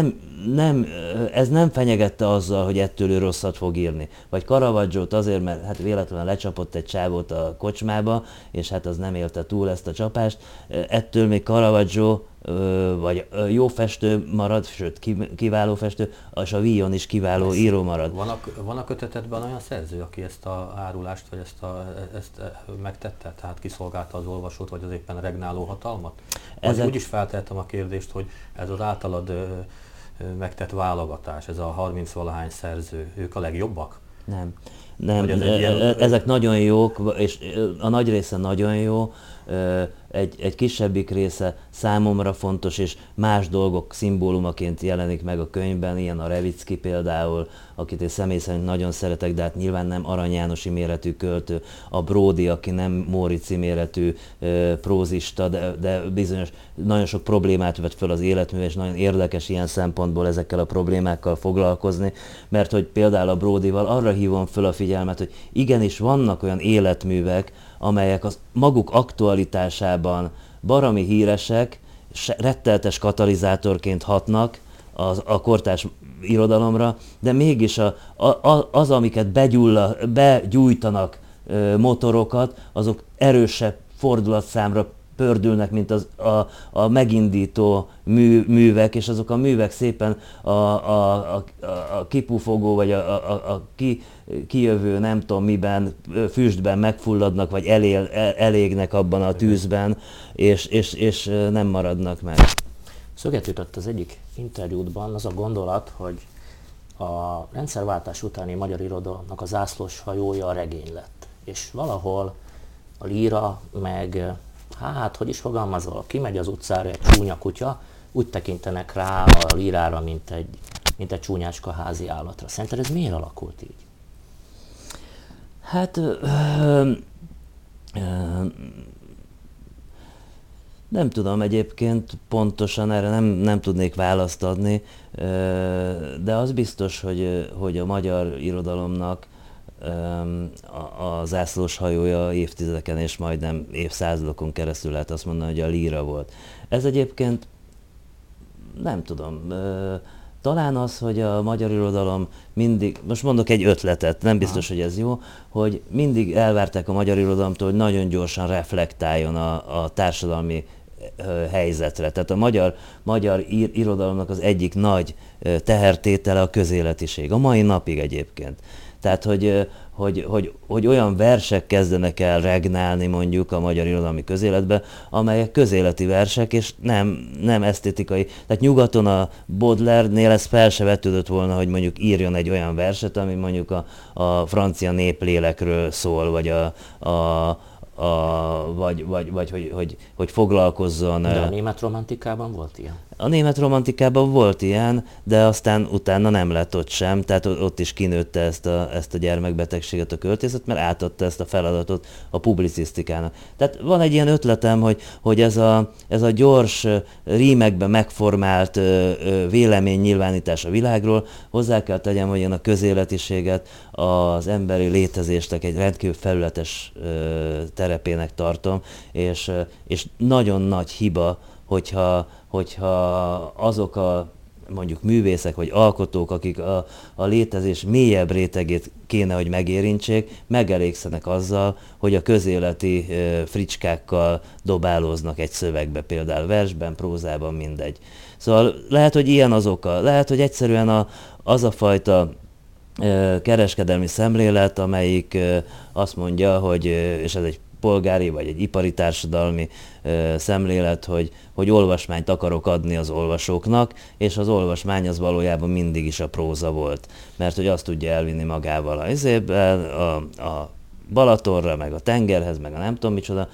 ez nem fenyegette azzal, hogy ettől ő rosszat fog írni. Vagy Caravaggiót azért, mert hát véletlenül lecsapott egy csávót a kocsmába, és hát az nem élte túl ezt a csapást. Ettől még Caravaggio vagy jó festő marad, sőt kiváló festő, és a Villon is kiváló író marad. Van a kötetetben olyan szerző, aki ezt a árulást, vagy ezt megtette, tehát kiszolgálta az olvasót, vagy az éppen regnáló hatalmat? Úgy is feltettem a kérdést, hogy ez az általad megtett válogatás, ez a 30-valahány szerző, ők a legjobbak? Nem, ezek nagyon jók, és a nagy része nagyon jó, egy kisebbik része számomra fontos, és más dolgok szimbólumaként jelenik meg a könyvben, ilyen a Revicki például, akit én személy szerint nagyon szeretek, de hát nyilván nem Arany Jánosi méretű költő, a Bródi, aki nem Móriczi méretű prózista, de bizonyos, nagyon sok problémát vett föl az életmű, és nagyon érdekes ilyen szempontból ezekkel a problémákkal foglalkozni, mert hogy például a Bródival arra hívom föl a figyelmet, hogy igenis vannak olyan életművek, amelyek az maguk aktualitásában baromi híresek, retteltes katalizátorként hatnak a kortárs irodalomra, de mégis az, amiket begyújtanak motorokat, azok erősebb fordulatszámra pördülnek, mint a megindító művek, és azok a művek szépen a kipufogó, vagy a kijövő nem tudom miben, füstben megfulladnak, vagy elégnek abban a tűzben, és nem maradnak meg. Szöget ütött az egyik interjútban az a gondolat, hogy a rendszerváltás utáni magyar irodalomnak a zászlós hajója a regény lett. És valahol a líra, meg hát, hogy is fogalmazol, kimegy az utcára egy csúnya kutya, úgy tekintenek rá a lírára, mint egy csúnyácska házi állatra. Szerinted ez miért alakult így? Hát nem tudom egyébként pontosan, erre nem tudnék választ adni, de az biztos, hogy a magyar irodalomnak a zászlós hajója évtizedeken és majdnem évszázadokon keresztül lehet azt mondani, hogy a líra volt. Ez egyébként nem tudom, talán az, hogy a magyar irodalom mindig, most mondok egy ötletet, nem biztos, hogy ez jó, hogy mindig elvárták a magyar irodalomtól, hogy nagyon gyorsan reflektáljon a társadalmi helyzetre. Tehát a magyar irodalomnak az egyik nagy tehertétele a közéletiség. A mai napig egyébként. Tehát, hogy olyan versek kezdenek el regnálni mondjuk a magyar irodalmi közéletbe, amelyek közéleti versek, és nem esztétikai. Tehát nyugaton a Baudelaire-nél ez fel se vetődött volna, hogy mondjuk írjon egy olyan verset, ami mondjuk a francia néplélekről szól, vagy hogy foglalkozzon. De a német romantikában volt ilyen? A német romantikában volt ilyen, de aztán utána nem lett ott sem, tehát ott is kinőtte ezt a gyermekbetegséget a költészet, mert átadta ezt a feladatot a publicisztikának. Tehát van egy ilyen ötletem, hogy ez a gyors, rímekben megformált véleménynyilvánítás a világról, hozzá kell tegyem, hogy én a közéletiséget, az emberi létezésnek egy rendkívül felületes terepének tartom, és nagyon nagy hiba, hogyha azok a mondjuk művészek vagy alkotók, akik a létezés mélyebb rétegét kéne, hogy megérintsék, megelégszenek azzal, hogy a közéleti fricskákkal dobálóznak egy szövegbe, például versben, prózában, mindegy. Szóval lehet, hogy ilyen az oka, lehet, hogy egyszerűen az a fajta kereskedelmi szemlélet, amelyik azt mondja, hogy, és ez egy polgári vagy egy ipari társadalmi szemlélet, hogy olvasmányt akarok adni az olvasóknak, és az olvasmány az valójában mindig is a próza volt. Mert hogy azt tudja elvinni magával a Balatonra, meg a tengerhez, meg a nem tudom micsoda,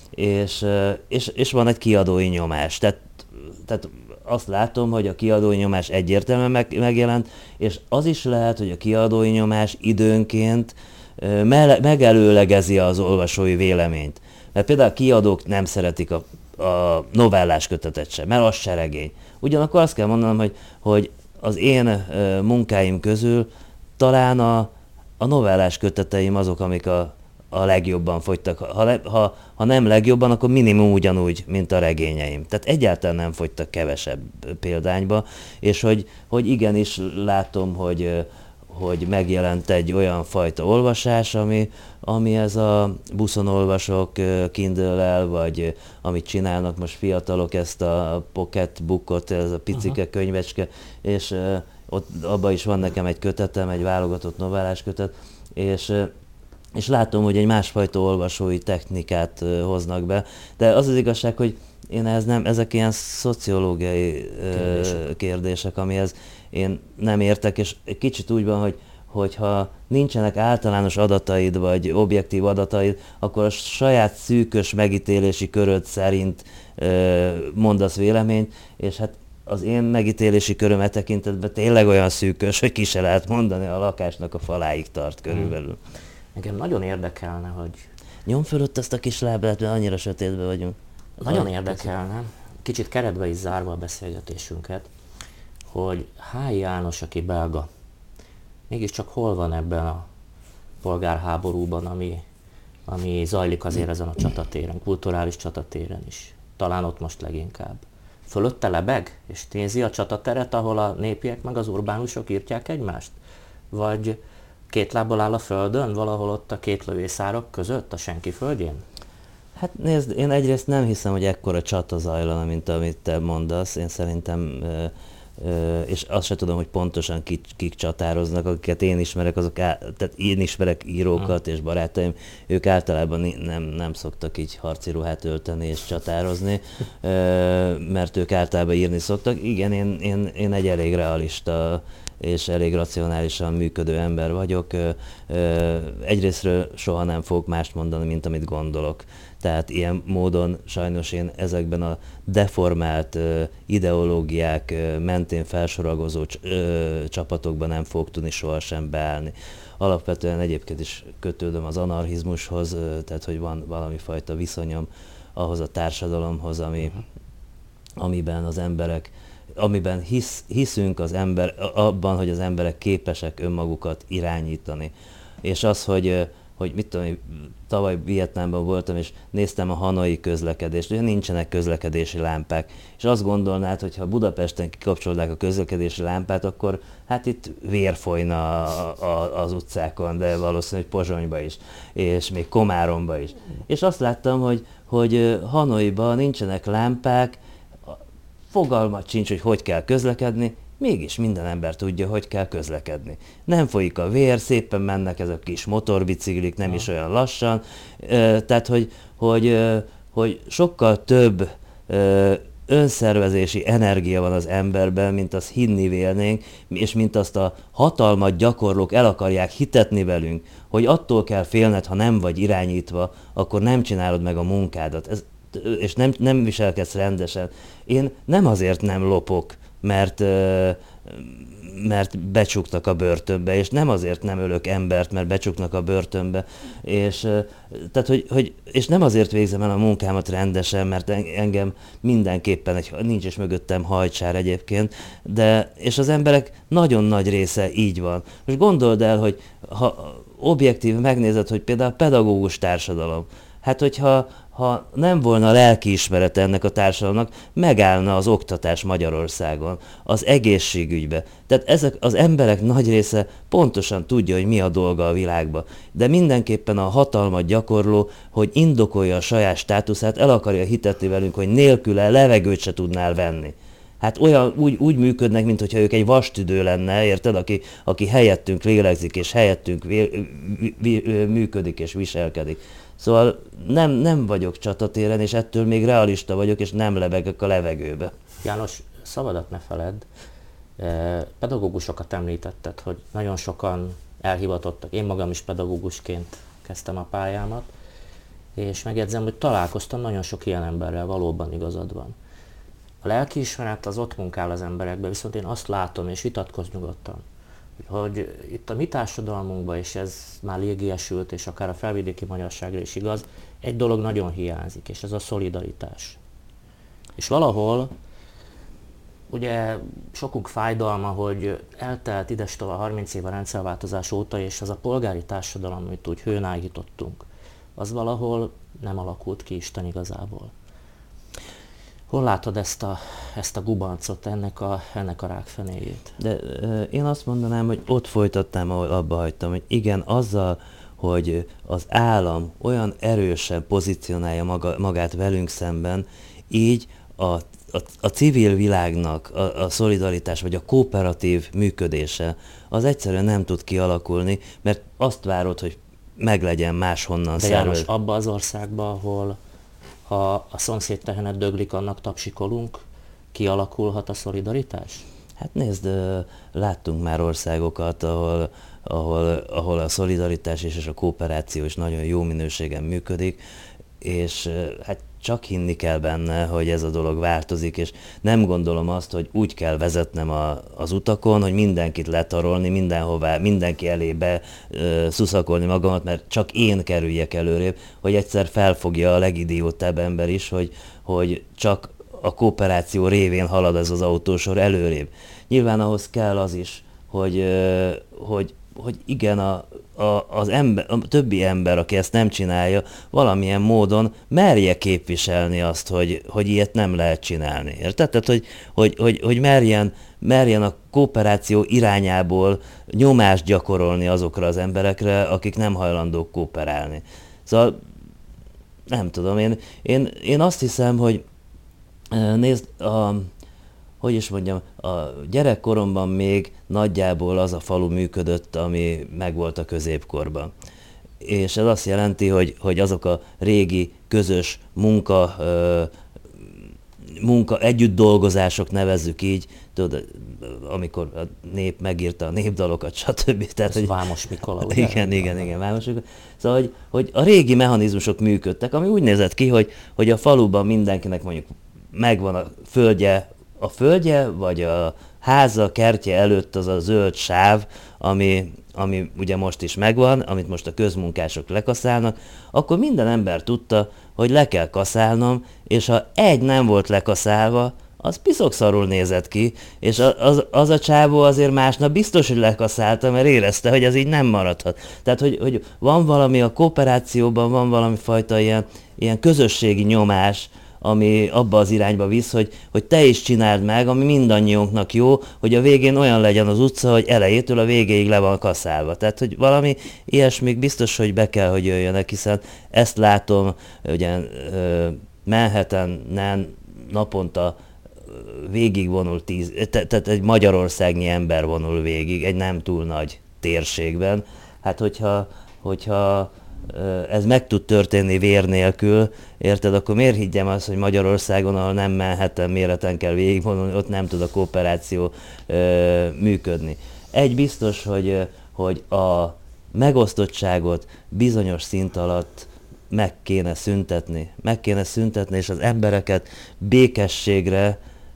és van egy kiadói nyomás. Tehát azt látom, hogy a kiadói nyomás egyértelműen megjelent, és az is lehet, hogy a kiadói nyomás időnként megelőlegezi az olvasói véleményt. Mert például a kiadók nem szeretik a novellás kötetet sem, mert az se regény. Ugyanakkor azt kell mondanom, hogy az én munkáim közül talán a novellás köteteim azok, amik a legjobban fogytak. Ha nem legjobban, akkor minimum ugyanúgy, mint a regényeim. Tehát egyáltalán nem fogytak kevesebb példányba, és hogy igenis látom, hogy megjelent egy olyan fajta olvasás, ami ez a buszon olvasok Kindle-el, vagy amit csinálnak most fiatalok, ezt a pocket bookot, ez a picike könyvecske, és abban is van nekem egy kötetem, egy válogatott novellás kötet, és látom, hogy egy másfajta olvasói technikát hoznak be, de az az igazság, hogy én ezek ilyen szociológiai kérdések, amihez én nem értek, és egy kicsit úgy van, hogyha nincsenek általános adataid, vagy objektív adataid, akkor a saját szűkös megítélési köröd szerint mondasz véleményt, és hát az én megítélési köröm e tekintetben tényleg olyan szűkös, hogy ki se lehet mondani, a lakásnak a faláig tart körülbelül. Engem nagyon érdekelne, hogy... Nyom fölött ezt a kis lábát, mert annyira sötétben vagyunk. Nagyon érdekelne, kicsit keretbe is zárva a beszélgetésünket, hogy H. János, aki belga, mégiscsak hol van ebben a polgárháborúban, ami zajlik azért ezen a csatatéren, kulturális csatatéren is. Talán ott most leginkább. Fölötte lebeg, és nézi a csatateret, ahol a népiek meg az urbánusok írtják egymást? Vagy két lábbal áll a földön, valahol ott a két lövészárok között, a senki földjén? Hát nézd, én egyrészt nem hiszem, hogy ekkora csata zajlana, mint amit te mondasz. Én szerintem, és azt sem tudom, hogy pontosan kik csatároznak, akiket én ismerek, tehát én ismerek írókat és barátaim, ők általában nem szoktak így harci ruhát ölteni és csatározni, mert ők általában írni szoktak. Igen, én egy elég realista és elég racionálisan működő ember vagyok. Egyrésztről soha nem fogok mást mondani, mint amit gondolok. Tehát ilyen módon sajnos én ezekben a deformált ideológiák mentén felsorakozó csapatokban nem fogok tudni sohasem beállni. Alapvetően egyébként is kötődöm az anarchizmushoz, tehát hogy van valami fajta viszonyom ahhoz a társadalomhoz, amiben az emberek, amiben hiszünk abban, hogy az emberek képesek önmagukat irányítani. És az, hogy mit tudom, tavaly Vietnámban voltam, és néztem a hanoi közlekedést, ugye nincsenek közlekedési lámpák, és azt gondolnád, hogy ha Budapesten kikapcsolnák a közlekedési lámpát, akkor hát itt vér folyna az utcákon, de valószínűleg Pozsonyba is, és még Komáromba is. És azt láttam, hogy Hanoiban nincsenek lámpák, fogalmat sincs, hogy kell közlekedni, mégis minden ember tudja, hogy kell közlekedni. Nem folyik a vér, szépen mennek ezek a kis motorbiciklik, nem is olyan lassan. Tehát, hogy sokkal több önszervezési energia van az emberben, mint azt hinni vélnénk, és mint azt a hatalmat gyakorlók el akarják hitetni velünk, hogy attól kell félned, ha nem vagy irányítva, akkor nem csinálod meg a munkádat, és nem viselkedsz rendesen. Én nem azért nem lopok, mert becsuktak a börtönbe, és nem azért nem ölök embert, mert becsuknak a börtönbe, és nem azért végzem el a munkámat rendesen, mert engem mindenképpen nincs is mögöttem hajcsár egyébként, és az emberek nagyon nagy része így van. Most gondold el, hogy ha objektív megnézed, hogy például a pedagógus társadalom, hát hogyha nem volna lelkiismerete ennek a társadalomnak, megállna az oktatás Magyarországon, az egészségügybe. Tehát ezek az emberek nagy része pontosan tudja, hogy mi a dolga a világban. De mindenképpen a hatalmat gyakorló, hogy indokolja a saját státuszát, el akarja hitetni velünk, hogy nélküle levegőt se tudnál venni. Hát úgy működnek, mintha ők egy vastüdő lenne, érted, aki helyettünk lélegzik, és helyettünk működik és viselkedik. Szóval nem vagyok csatatéren, és ettől még realista vagyok, és nem lebegek a levegőbe. János, szabadat ne feledd, pedagógusokat említetted, hogy nagyon sokan elhivatottak. Én magam is pedagógusként kezdtem a pályámat, és megjegyzem, hogy találkoztam nagyon sok ilyen emberrel, valóban igazad van. A lelkiismeret az ott munkál az emberekben, viszont én azt látom, és vitatkozz nyugodtan, hogy itt a mi társadalmunkban, és ez már légiesült, és akár a felvidéki magyarságra is igaz, egy dolog nagyon hiányzik, és ez a szolidaritás. És valahol, ugye sokunk fájdalma, hogy eltelt idestova 30 év a rendszerváltozás óta, és az a polgári társadalom, amit úgy hőnállítottunk, az valahol nem alakult ki Isten igazából. Hol látod ezt a gubancot, ennek a rákfenéjét? De én azt mondanám, hogy ott folytatnám, ahol abba hagytam, hogy igen, azzal, hogy az állam olyan erősen pozícionálja magát velünk szemben, így a civil világnak a szolidaritás vagy a kooperatív működése az egyszerűen nem tud kialakulni, mert azt várod, hogy meglegyen máshonnan szervezve. De János, abban az országban, ahol ha a szomszéd tehenet döglik, annak tapsikolunk, kialakulhat a szolidaritás? Hát nézd, láttunk már országokat, ahol a szolidaritás és a kooperáció is nagyon jó minőségen működik, és hát csak hinni kell benne, hogy ez a dolog változik, és nem gondolom azt, hogy úgy kell vezetnem az utakon, hogy mindenkit letarolni, mindenhová, mindenki elébe szuszakolni magamat, mert csak én kerüljek előrébb, hogy egyszer felfogja a legidiótább ember is, hogy csak a kooperáció révén halad ez az autósor előrébb. Nyilván ahhoz kell az is, hogy igen, a többi ember, aki ezt nem csinálja, valamilyen módon merje képviselni azt, hogy ilyet nem lehet csinálni. Érted? Tehát, hogy merjen a kooperáció irányából nyomást gyakorolni azokra az emberekre, akik nem hajlandók kooperálni. Szóval nem tudom, én azt hiszem, hogy nézd, hogy is mondjam, a gyerekkoromban még nagyjából az a falu működött, ami megvolt a középkorban. És ez azt jelenti, hogy azok a régi közös munka együtt dolgozások, nevezzük így, tudod, amikor a nép megírta a népdalokat, stb. Tehát, hogy Vámos Mikola, ugye? Igen, Vámos Mikola. Szóval, hogy a régi mechanizmusok működtek, ami úgy nézett ki, hogy a faluban mindenkinek mondjuk megvan a földje, vagy a háza, kertje előtt az a zöld sáv, ami ugye most is megvan, amit most a közmunkások lekaszálnak, akkor minden ember tudta, hogy le kell kaszálnom, és ha egy nem volt lekaszálva, az piszokszarul nézett ki, és az a csávó azért másnap biztos, hogy lekaszálta, mert érezte, hogy ez így nem maradhat. Tehát, hogy van valami a kooperációban, van valami fajta ilyen közösségi nyomás, ami abba az irányba visz, hogy te is csináld meg, ami mindannyiunknak jó, hogy a végén olyan legyen az utca, hogy elejétől a végéig le van kaszálva. Tehát, hogy valami ilyesmik biztos, hogy be kell, hogy jöjjönek, hiszen ezt látom, ugye Manhattanen naponta végig vonul tehát egy magyarországnyi ember vonul végig, egy nem túl nagy térségben. Hát, hogyha ez meg tud történni vér nélkül, érted, akkor miért higgyem azt, hogy Magyarországon, ahol nem Manhattan méreten kell végigvonulni, ott nem tud a kooperáció működni. Egy biztos, hogy a megosztottságot bizonyos szint alatt meg kéne szüntetni, és az embereket békességre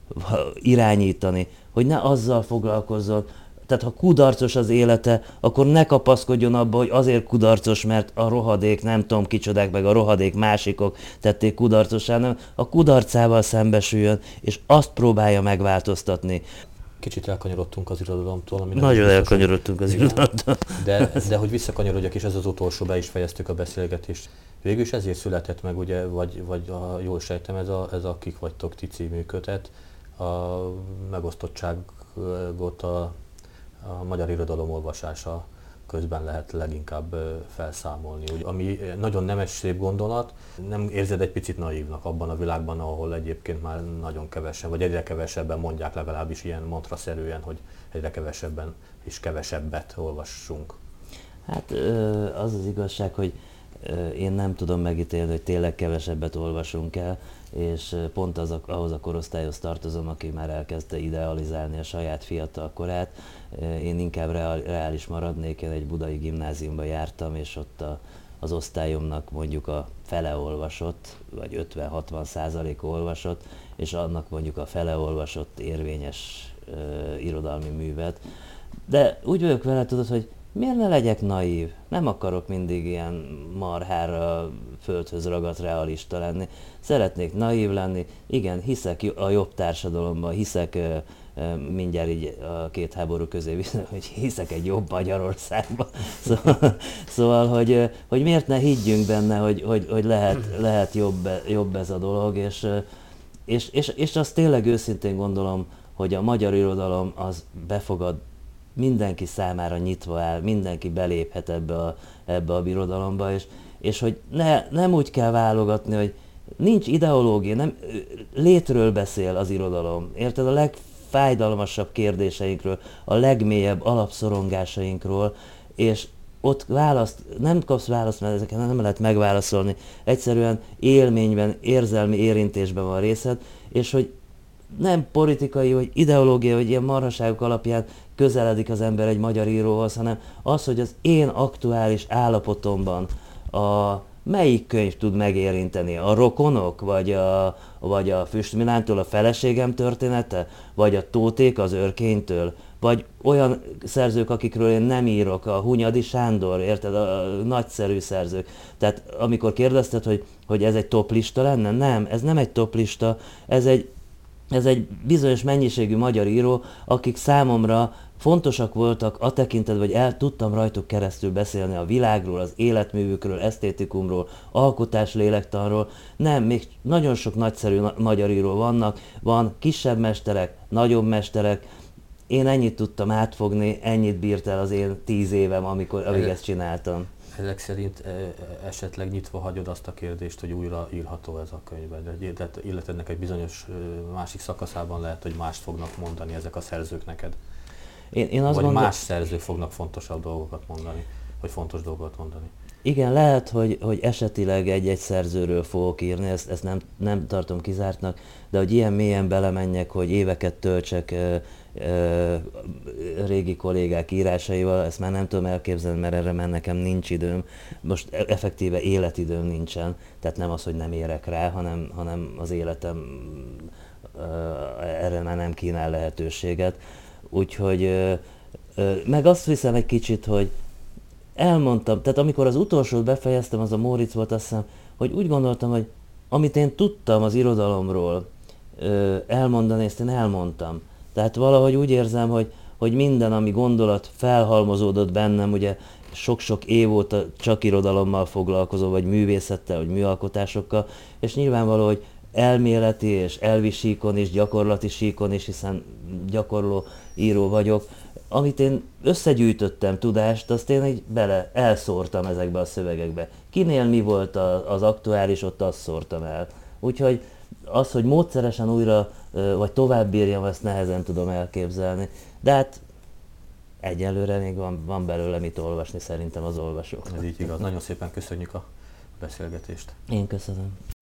irányítani, hogy ne azzal foglalkozzon, tehát ha kudarcos az élete, akkor ne kapaszkodjon abba, hogy azért kudarcos, mert a rohadék nem tudom kicsodák, meg a rohadék másikok tették kudarcosá, hanem a kudarcával szembesüljön, és azt próbálja megváltoztatni. Kicsit elkanyarodtunk az irodalomtól. Ami nagyon elkanyarodtunk az irodalomtól. De hogy visszakanyarodjak, és ez az utolsó, be is fejeztük a beszélgetést. Végül is ezért született meg, ugye, vagy jól sejtem, ez a Kik vagytok ti című kötet, a megosztottságot a magyar irodalom olvasása közben lehet leginkább felszámolni. Ami nagyon nemes, szép gondolat, nem érzed egy picit naívnak abban a világban, ahol egyébként már nagyon kevesen, vagy egyre kevesebben mondják, legalábbis ilyen mantraszerűen, hogy egyre kevesebben és kevesebbet olvassunk? Hát az az igazság, hogy én nem tudom megítélni, hogy tényleg kevesebbet olvasunk el, és pont ahhoz a korosztályhoz tartozom, aki már elkezdte idealizálni a saját fiatal korát. Én inkább reális maradnék, én egy budai gimnáziumba jártam, és ott az osztályomnak mondjuk a fele olvasott, vagy 50-60% olvasott, és annak mondjuk a fele olvasott érvényes irodalmi művet. De úgy vagyok vele, tudod, hogy miért ne legyek naív? Nem akarok mindig ilyen marhára földhöz ragadt realista lenni. Szeretnék naív lenni. Igen, hiszek a jobb társadalomban, hiszek mindjárt így a két háború közé, hogy hiszek egy jobb Magyarországban. Szóval hogy miért ne higgyünk benne, hogy lehet jobb ez a dolog, és azt tényleg őszintén gondolom, hogy a magyar irodalom az befogad, mindenki számára nyitva áll, mindenki beléphet ebbe a birodalomba, és hogy nem úgy kell válogatni, hogy nincs ideológia, nem létről beszél az irodalom. Érted? A legfájdalmasabb kérdéseinkről, a legmélyebb alapszorongásainkról, és ott nem kapsz választ, mert ezeket nem lehet megválaszolni. Egyszerűen élményben, érzelmi érintésben van részed, és hogy nem politikai, vagy ideológia, vagy ilyen marhaságok alapján közeledik az ember egy magyar íróhoz, hanem az, hogy az én aktuális állapotomban melyik könyv tud megérinteni? A Rokonok, vagy a Füstmilántól a feleségem története, vagy a Tóték az Örkénytől, vagy olyan szerzők, akikről én nem írok, a Hunyadi Sándor, érted, a nagyszerű szerzők. Tehát amikor kérdezted, hogy ez egy toplista lenne? Nem, ez nem egy toplista, ez egy bizonyos mennyiségű magyar író, akik számomra fontosak voltak a tekintetben, hogy el tudtam rajtuk keresztül beszélni a világról, az életművükről, esztétikumról, alkotás lélektanról. Nem, még nagyon sok nagyszerű magyar író van kisebb mesterek, nagyobb mesterek. Én ennyit tudtam átfogni, ennyit bírt el az én 10 évem, amíg ezt csináltam. Ezek szerint esetleg nyitva hagyod azt a kérdést, hogy újra írható ez a könyv, illetve ennek egy bizonyos másik szakaszában lehet, hogy mást fognak mondani ezek a szerzők neked? Vagy más szerzők fognak fontosabb dolgokat mondani, vagy fontos dolgokat mondani? Igen, lehet, hogy esetileg egy-egy szerzőről fogok írni, ezt nem tartom kizártnak, de hogy ilyen mélyen belemenjek, hogy éveket töltsek régi kollégák írásaival, ezt már nem tudom elképzelni, mert erre már nekem nincs időm. Most effektíve életidőm nincsen, tehát nem az, hogy nem érek rá, hanem az életem erre már nem kínál lehetőséget. Úgyhogy meg azt hiszem egy kicsit, hogy elmondtam, tehát amikor az utolsót befejeztem, az a Móricz volt, azt hiszem, hogy úgy gondoltam, hogy amit én tudtam az irodalomról elmondani, ezt én elmondtam. Tehát valahogy úgy érzem, hogy minden, ami gondolat felhalmozódott bennem, ugye sok-sok év óta csak irodalommal foglalkozom, vagy művészettel, vagy műalkotásokkal, és nyilvánvaló, hogy elméleti és elvi síkon is, gyakorlati síkon is, hiszen gyakorló író vagyok, amit én összegyűjtöttem tudást, azt én így elszórtam ezekbe a szövegekbe. Kinél mi volt az aktuális, ott azt szórtam el. Úgyhogy az, hogy módszeresen újra, vagy tovább bírjam, ezt nehezen tudom elképzelni. De hát egyelőre még van belőle mit olvasni szerintem az olvasóknak. Ez így igaz. Nagyon szépen köszönjük a beszélgetést. Én köszönöm.